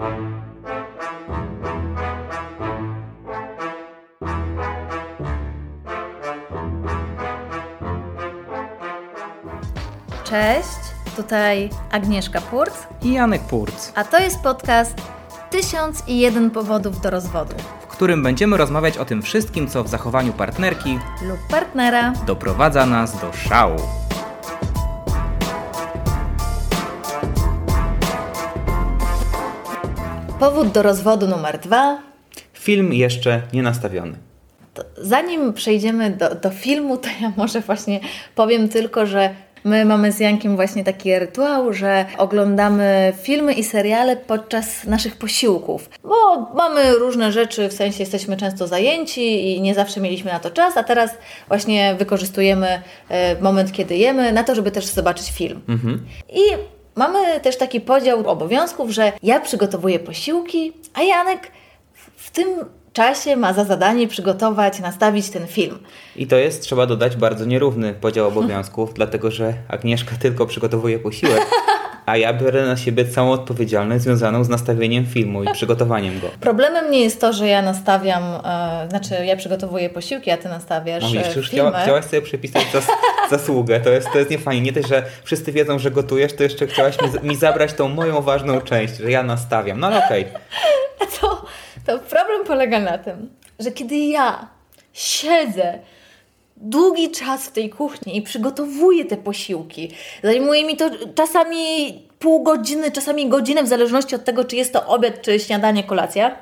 Cześć, tutaj Agnieszka Purc i Janek Purc, a to jest podcast 1001 powodów do rozwodu, w którym będziemy rozmawiać o tym wszystkim, co w zachowaniu partnerki lub partnera doprowadza nas do szału. Powód do rozwodu numer 2. Film jeszcze nie nastawiony. Zanim przejdziemy do filmu, to ja może właśnie powiem tylko, że my mamy z Jankiem właśnie taki rytuał, że oglądamy filmy i seriale podczas naszych posiłków, bo mamy różne rzeczy, w sensie jesteśmy często zajęci i nie zawsze mieliśmy na to czas, a teraz właśnie wykorzystujemy moment, kiedy jemy, na to, żeby też zobaczyć film. I mamy też taki podział obowiązków, że ja przygotowuję posiłki, a Janek w tym czasie ma za zadanie przygotować, nastawić ten film. I to jest, trzeba dodać, bardzo nierówny podział obowiązków, dlatego że Agnieszka tylko przygotowuje posiłek, a ja biorę na siebie całą odpowiedzialność związaną z nastawieniem filmu i przygotowaniem go. Problemem nie jest to, że ja nastawiam, ja przygotowuję posiłki, a ty nastawiasz filmy. Chciałaś sobie przypisać zasługę, to jest niefajnie. Nie też, że wszyscy wiedzą, że gotujesz, to jeszcze chciałaś mi zabrać tą moją ważną część, że ja nastawiam. No ale okej. To problem polega na tym, że kiedy ja siedzę długi czas w tej kuchni i przygotowuję te posiłki, zajmuje mi to czasami pół godziny, czasami godzinę, w zależności od tego, czy jest to obiad, czy śniadanie, kolacja.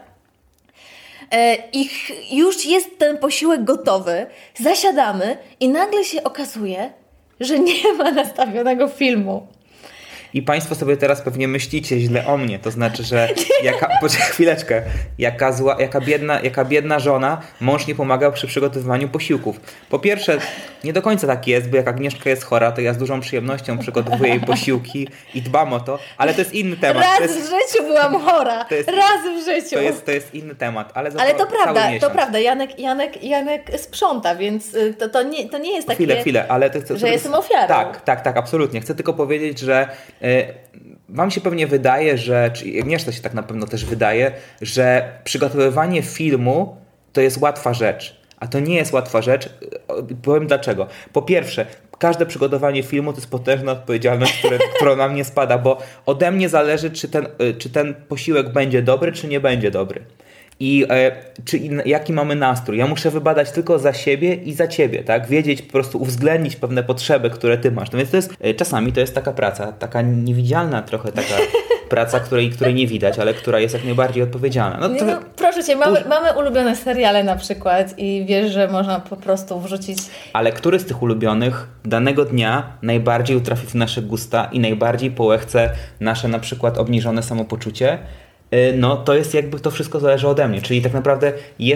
I już jest ten posiłek gotowy, zasiadamy i nagle się okazuje, że nie ma nastawionego filmu. I Państwo sobie teraz pewnie myślicie źle o mnie, to znaczy, że chwileczkę, jaka biedna żona, mąż nie pomagał przy przygotowywaniu posiłków. Po pierwsze, nie do końca tak jest, bo jak Agnieszka jest chora, to ja z dużą przyjemnością przygotowuję jej posiłki i dbam o to, ale to jest inny temat. Raz w życiu byłam chora, raz w życiu. To jest inny temat, ale to prawda, Janek sprząta, więc to nie jest takie, chwilę, ale że jestem ofiarą. Tak, absolutnie. Chcę tylko powiedzieć, że wam się pewnie wydaje, czy Agnieszce się tak na pewno też wydaje, że przygotowywanie filmu to jest łatwa rzecz. A to nie jest łatwa rzecz. Powiem dlaczego. Po pierwsze, każde przygotowanie filmu to jest potężna odpowiedzialność, która na mnie spada, bo ode mnie zależy, czy ten posiłek będzie dobry, czy nie będzie dobry. I jaki mamy nastrój. Ja muszę wybadać tylko za siebie i za ciebie, tak? Wiedzieć, po prostu uwzględnić pewne potrzeby, które ty masz. No więc czasami to jest taka praca, taka niewidzialna trochę, taka praca, której nie widać, ale która jest jak najbardziej odpowiedzialna. Proszę Cię, mamy ulubione seriale na przykład i wiesz, że można po prostu wrzucić... Ale który z tych ulubionych danego dnia najbardziej utrafi w nasze gusta i najbardziej połechce nasze na przykład obniżone samopoczucie? No to jest jakby, to wszystko zależy ode mnie, czyli tak naprawdę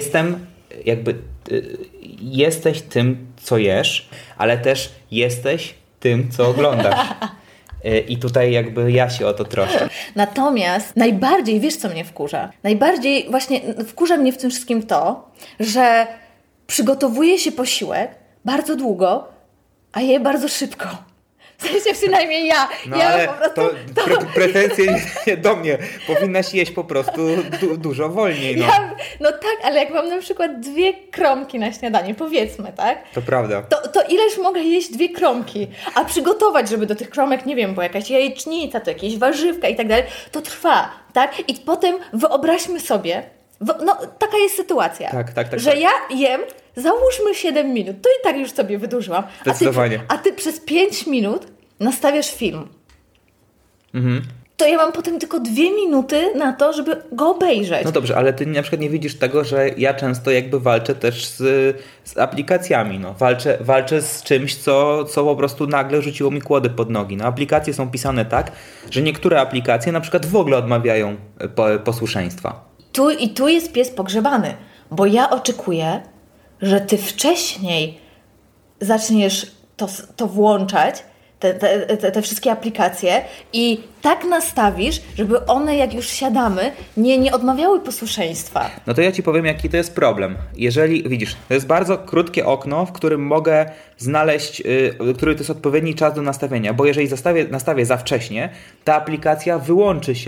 jesteś tym, co jesz, ale też jesteś tym, co oglądasz. I tutaj jakby ja się o to troszczę. Natomiast najbardziej, wiesz co mnie wkurza? Najbardziej właśnie wkurza mnie w tym wszystkim to, że przygotowuje się posiłek bardzo długo, a je bardzo szybko. W sensie przynajmniej ja. No ja ale po prostu pretensje nie do mnie. Powinnaś jeść po prostu dużo wolniej. No. No tak, ale jak mam na przykład 2 kromki na śniadanie, powiedzmy, tak? To prawda. To ileż mogę jeść 2 kromki? A przygotować, żeby do tych kromek, nie wiem, bo jakaś jajecznica, to jakieś warzywka i tak dalej, to trwa, tak? I potem wyobraźmy sobie, taka jest sytuacja, że ja jem, załóżmy 7 minut, to i tak już sobie wydłużyłam. Zdecydowanie. A ty przez 5 minut nastawiasz film. Mhm. To ja mam potem tylko 2 minuty na to, żeby go obejrzeć. No dobrze, ale ty na przykład nie widzisz tego, że ja często jakby walczę też z aplikacjami. No. Walczę z czymś, co po prostu nagle rzuciło mi kłody pod nogi. No, aplikacje są pisane tak, że niektóre aplikacje na przykład w ogóle odmawiają posłuszeństwa. Tu jest pies pogrzebany, bo ja oczekuję, że ty wcześniej zaczniesz to włączać, te wszystkie aplikacje i tak nastawisz, żeby one jak już siadamy nie odmawiały posłuszeństwa. No to ja Ci powiem, jaki to jest problem. Jeżeli, widzisz, to jest bardzo krótkie okno, w którym mogę znaleźć, który to jest odpowiedni czas do nastawienia, bo jeżeli nastawię za wcześnie, ta aplikacja wyłączy się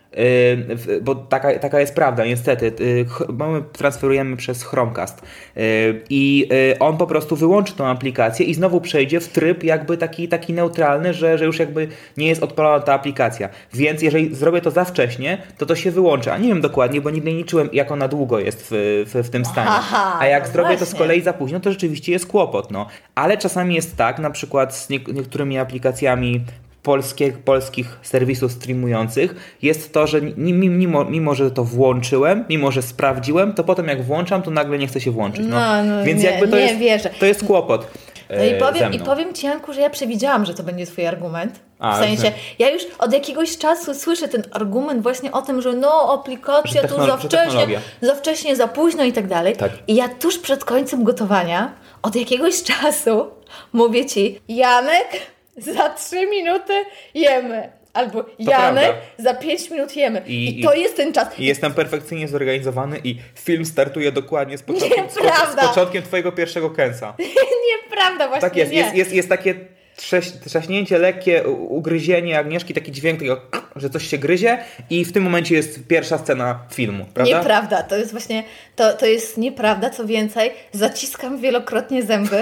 bo taka jest prawda, niestety. My transferujemy przez Chromecast i on po prostu wyłączy tą aplikację i znowu przejdzie w tryb jakby taki neutralny, że już jakby nie jest odpalona ta aplikacja. Więc jeżeli zrobię to za wcześnie, to się wyłączy. A nie wiem dokładnie, bo nigdy nie czułem, jak ona długo jest w tym stanie. A jak zrobię to z kolei za późno, to rzeczywiście jest kłopot. No. Ale czasami jest tak, na przykład z niektórymi aplikacjami polskich serwisów streamujących jest to, że mimo że to włączyłem, mimo że sprawdziłem, to potem jak włączam, to nagle nie chce się włączyć. Więc jakby to jest kłopot. No i powiem Ci, Janku, że ja przewidziałam, że to będzie Twój argument. W sensie, ja już od jakiegoś czasu słyszę ten argument właśnie o tym, że aplikacja tu za wcześnie, za późno i tak dalej. Tak. I ja tuż przed końcem gotowania od jakiegoś czasu mówię Ci, Janek, za 3 minuty jemy. Albo Janek, za 5 minut jemy. I to jest ten czas. I jestem perfekcyjnie zorganizowany i film startuje dokładnie z początkiem Twojego pierwszego kęsa. Nieprawda, właśnie tak jest. Nie. Jest takie trzaśnięcie, lekkie ugryzienie Agnieszki, taki dźwięk tego, że coś się gryzie i w tym momencie jest pierwsza scena filmu, prawda? Nieprawda, to jest właśnie, to jest nieprawda, co więcej, zaciskam wielokrotnie zęby,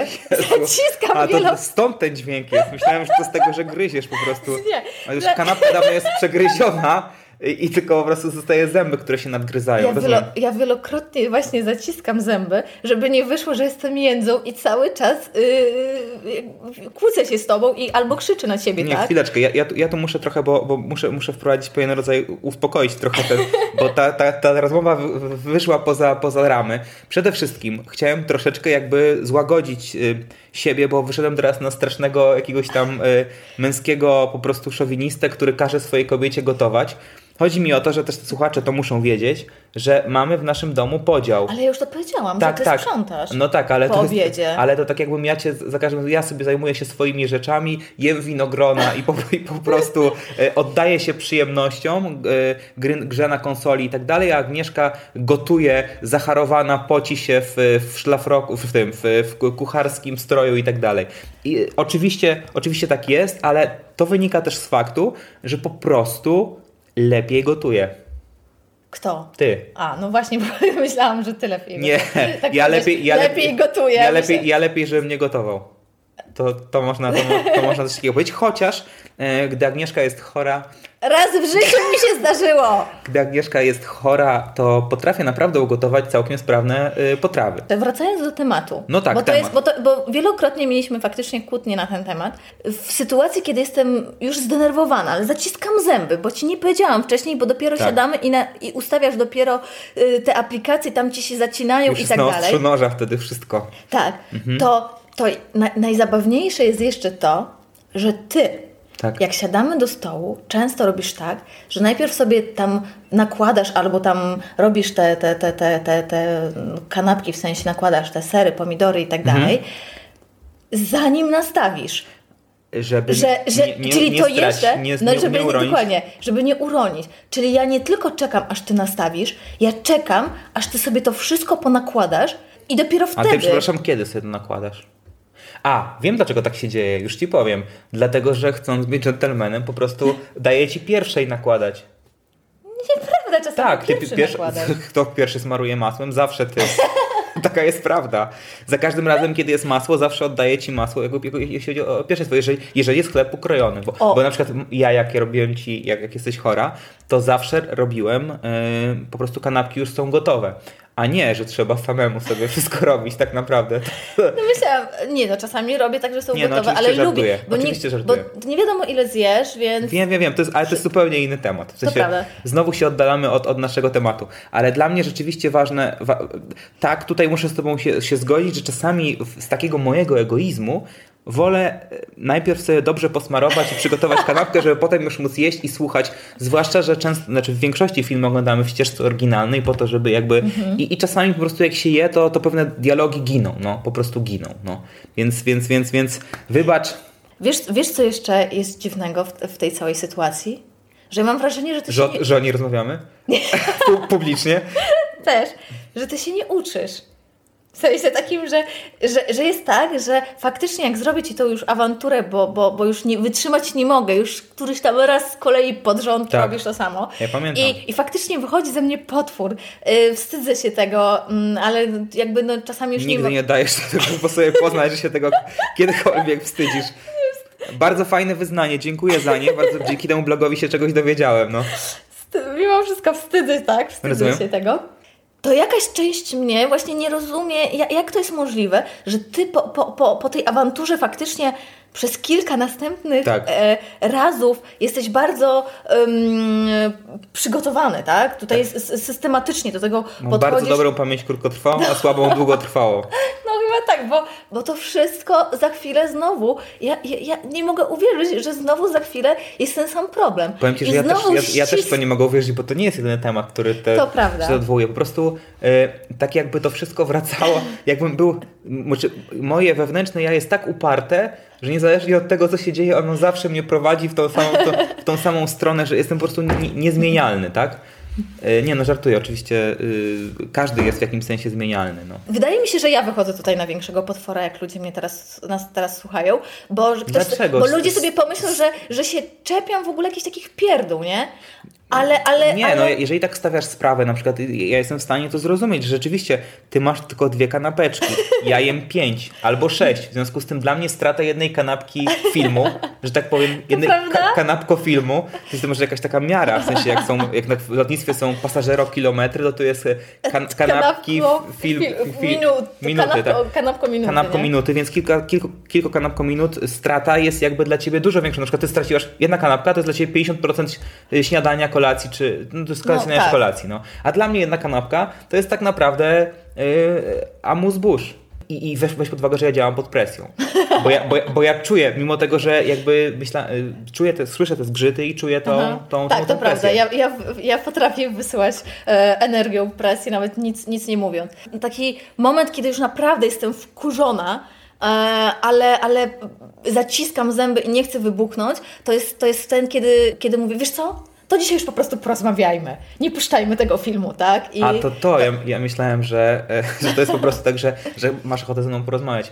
to stąd ten dźwięk jest, myślałem, że to z tego, że gryziesz po prostu. Nie. A już kanapka dawno jest przegryziona. I tylko po prostu zostaje zęby, które się nadgryzają. Ja wielokrotnie właśnie zaciskam zęby, żeby nie wyszło, że jestem jędzą i cały czas kłócę się z tobą i albo krzyczę na ciebie, nie, tak? Chwileczkę, ja tu muszę trochę, bo muszę wprowadzić pewien rodzaj, uspokoić trochę bo ta rozmowa wyszła poza ramy. Przede wszystkim chciałem troszeczkę jakby złagodzić siebie, bo wyszedłem teraz na strasznego jakiegoś tam męskiego po prostu szowinistę, który każe swojej kobiecie gotować. Chodzi mi o to, że też słuchacze to muszą wiedzieć, że mamy w naszym domu podział. Ale ja już to powiedziałam, że ty sprzątasz po obiedzie. Ale to tak jakbym ja sobie zajmuję się swoimi rzeczami, jem winogrona i po prostu oddaję się przyjemnościom, grze na konsoli i tak dalej, a Agnieszka gotuje, zacharowana, poci się w szlafroku, w kucharskim stroju i tak dalej. I oczywiście tak jest, ale to wynika też z faktu, że po prostu lepiej gotuje. Kto? Ty. No właśnie, bo myślałam, że ty lepiej nie, gotujesz. Tak lepiej gotuję. Ja lepiej, żebym nie gotował. To można coś takiego powiedzieć, chociaż gdy Agnieszka jest chora... Raz w życiu mi się zdarzyło! Gdy Agnieszka jest chora, to potrafię naprawdę ugotować całkiem sprawne potrawy. Wracając do tematu. No tak, bo wielokrotnie mieliśmy faktycznie kłótnie na ten temat. W sytuacji, kiedy jestem już zdenerwowana, ale zaciskam zęby, bo Ci nie powiedziałam wcześniej, bo dopiero siadamy i ustawiasz dopiero te aplikacje, tam Ci się zacinają już i tak dalej. Już noża wtedy wszystko. Tak. To najzabawniejsze jest jeszcze to, że Ty jak siadamy do stołu, często robisz tak, że najpierw sobie tam nakładasz albo tam robisz te kanapki, w sensie nakładasz te sery, pomidory i tak dalej, zanim nastawisz. Żeby nie uronić. Czyli ja nie tylko czekam, aż Ty nastawisz, ja czekam, aż Ty sobie to wszystko ponakładasz i dopiero wtedy... A Ty, przepraszam, kiedy sobie to nakładasz? Wiem dlaczego tak się dzieje, już Ci powiem. Dlatego, że chcąc być dżentelmenem, po prostu daję Ci pierwszej nakładać. Nieprawda, czasami nakładasz. Kto pierwszy smaruje masłem? Zawsze Ty. Taka jest prawda. Za każdym razem, kiedy jest masło, zawsze oddaję Ci masło, jeśli chodzi o pierwszeństwo, jeżeli jest chleb ukrojony. Bo na przykład jak ja robiłem Ci, jak jesteś chora, to zawsze robiłem, po prostu kanapki już są gotowe. A nie, że trzeba samemu sobie wszystko robić, tak naprawdę. Myślałam, czasami robię tak, że są gotowe, ale lubię. Bo nie wiadomo ile zjesz, więc... Wiem, ale to jest zupełnie inny temat. W sensie, znowu się oddalamy od naszego tematu. Ale dla mnie rzeczywiście ważne, tak, tutaj muszę z Tobą się zgodzić, że czasami z takiego mojego egoizmu wolę najpierw sobie dobrze posmarować i przygotować kanapkę, żeby potem już móc jeść i słuchać. Zwłaszcza, że w większości filmów oglądamy w ścieżce oryginalnej po to, żeby jakby... I czasami po prostu jak się je, to pewne dialogi giną. Po prostu giną. Więc wybacz. Wiesz, co jeszcze jest dziwnego w tej całej sytuacji? Że mam wrażenie, że ty się nie... Że o niej rozmawiamy? Publicznie? Też, że ty się nie uczysz. W sensie takim, że jest tak, że faktycznie jak zrobię Ci tą już awanturę, bo już wytrzymać nie mogę, już któryś tam raz z kolei pod rząd robisz to samo. Ja pamiętam. I faktycznie wychodzi ze mnie potwór. Wstydzę się tego, ale jakby czasami już Nigdy nie dajesz tego, bo sobie poznać, że się tego kiedykolwiek wstydzisz. Bardzo fajne wyznanie, dziękuję za nie. Bardzo dzięki temu blogowi się czegoś dowiedziałem. No. Mimo wszystko wstydzę się tego. To jakaś część mnie właśnie nie rozumie, jak to jest możliwe, że Ty po tej awanturze faktycznie przez kilka następnych razów jesteś bardzo przygotowany, tak? Tutaj jest systematycznie do tego podchodzisz. Bardzo dobrą pamięć krótkotrwałą, a słabą długotrwałą. No chyba tak, bo to wszystko za chwilę znowu, ja nie mogę uwierzyć, że znowu za chwilę jest ten sam problem. Powiem Ci, że ja też to nie mogę uwierzyć, bo to nie jest jedyny temat, który się odwołuje. Po prostu tak jakby to wszystko wracało, jakbym był, moje wewnętrzne ja jest tak uparte, że niezależnie od tego, co się dzieje, ono zawsze mnie prowadzi w tą samą stronę, że jestem po prostu niezmienialny, tak? Nie, no żartuję, oczywiście każdy jest w jakimś sensie zmienialny. No. Wydaje mi się, że ja wychodzę tutaj na większego potwora, jak ludzie mnie nas teraz słuchają, bo ludzie sobie pomyślą, że się czepiam w ogóle jakichś takich pierdół, nie? Ale... No jeżeli tak stawiasz sprawę, na przykład ja jestem w stanie to zrozumieć, że rzeczywiście ty masz tylko 2 kanapeczki, ja jem 5 albo 6, w związku z tym dla mnie strata jednej kanapki filmu, że tak powiem, jednej kanapko filmu, to jest może jakaś taka miara, w sensie jak w lotnictwie są pasażerokilometry, to tu jest kanapki minuty, tak? Kanapko minuty, więc kilku kanapko minut strata jest jakby dla ciebie dużo większa. Na przykład ty straciłaś, jedna kanapka to jest dla ciebie 50% śniadania, kolacji, czy to jest kolacji. No. A dla mnie jedna kanapka to jest tak naprawdę amuse-bouche. I weź pod uwagę, że ja działam pod presją. Bo ja czuję, mimo tego, że jakby słyszę te zgrzyty i czuję tą Tak, to presję. prawda. Ja potrafię wysyłać energią presji, nawet nic nie mówiąc. Taki moment, kiedy już naprawdę jestem wkurzona, ale zaciskam zęby i nie chcę wybuchnąć, to jest ten, kiedy mówię, wiesz co? To dzisiaj już po prostu porozmawiajmy. Nie puszczajmy tego filmu, tak? Ja myślałem, że to jest po prostu tak, że masz ochotę ze mną porozmawiać.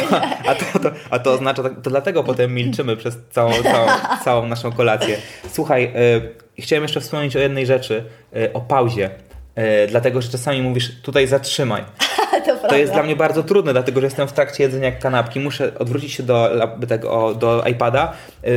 A to oznacza, to dlatego potem milczymy przez całą naszą kolację. Słuchaj, chciałem jeszcze wspomnieć o jednej rzeczy, o pauzie. Dlatego, że czasami mówisz, tutaj zatrzymaj. To jest dla mnie bardzo trudne, dlatego że jestem w trakcie jedzenia kanapki, muszę odwrócić się do iPada,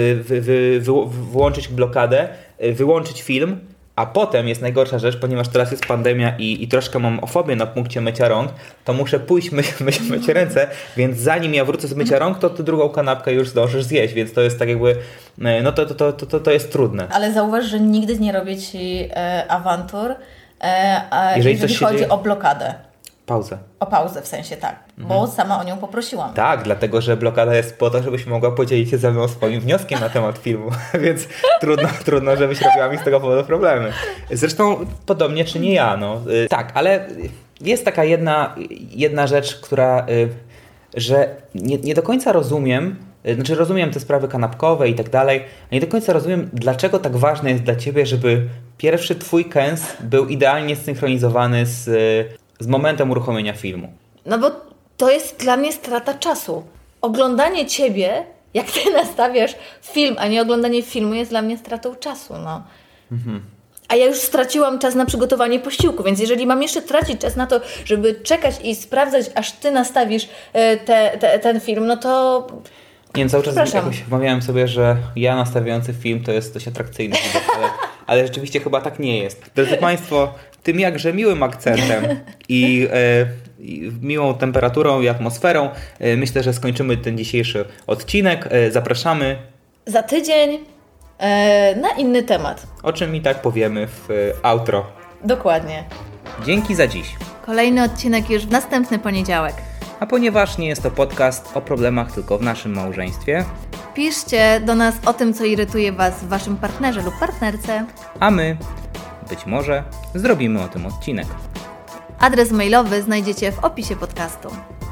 wyłączyć blokadę, wyłączyć film, a potem jest najgorsza rzecz, ponieważ teraz jest pandemia i troszkę mam fobię na punkcie mycia rąk, to muszę pójść myć ręce, więc zanim ja wrócę z mycia rąk, to ty drugą kanapkę już zdążysz zjeść, więc to jest tak jakby, no to jest trudne. Ale zauważ, że nigdy nie robię Ci awantur, jeżeli chodzi o blokadę. Pauzę. O pauzę w sensie, tak. Bo sama o nią poprosiłam. Tak, dlatego, że blokada jest po to, żebyś mogła podzielić się ze mną swoim wnioskiem na temat filmu. Więc trudno, żebyś robiła mi z tego powodu problemy. Zresztą podobnie czy nie ja, no. Tak, ale jest taka jedna rzecz, która, że nie do końca rozumiem, znaczy rozumiem te sprawy kanapkowe i tak dalej, a nie do końca rozumiem, dlaczego tak ważne jest dla Ciebie, żeby pierwszy Twój kęs był idealnie zsynchronizowany z momentem uruchomienia filmu. No bo to jest dla mnie strata czasu. Oglądanie Ciebie, jak Ty nastawiasz film, a nie oglądanie filmu, jest dla mnie stratą czasu. No. A ja już straciłam czas na przygotowanie posiłku, więc jeżeli mam jeszcze tracić czas na to, żeby czekać i sprawdzać, aż Ty nastawisz ten film, no to... Nie, cały czas jakoś wmawiałem sobie, że ja nastawiający film to jest dość atrakcyjny widok, ale rzeczywiście chyba tak nie jest. Drodzy Państwo, tym jakże miłym akcentem i miłą temperaturą i atmosferą myślę, że skończymy ten dzisiejszy odcinek. Zapraszamy za tydzień na inny temat. O czym i tak powiemy w outro. Dokładnie. Dzięki za dziś. Kolejny odcinek już w następny poniedziałek. A ponieważ nie jest to podcast o problemach tylko w naszym małżeństwie, piszcie do nas o tym, co irytuje Was w Waszym partnerze lub partnerce. A my, być może, zrobimy o tym odcinek. Adres mailowy znajdziecie w opisie podcastu.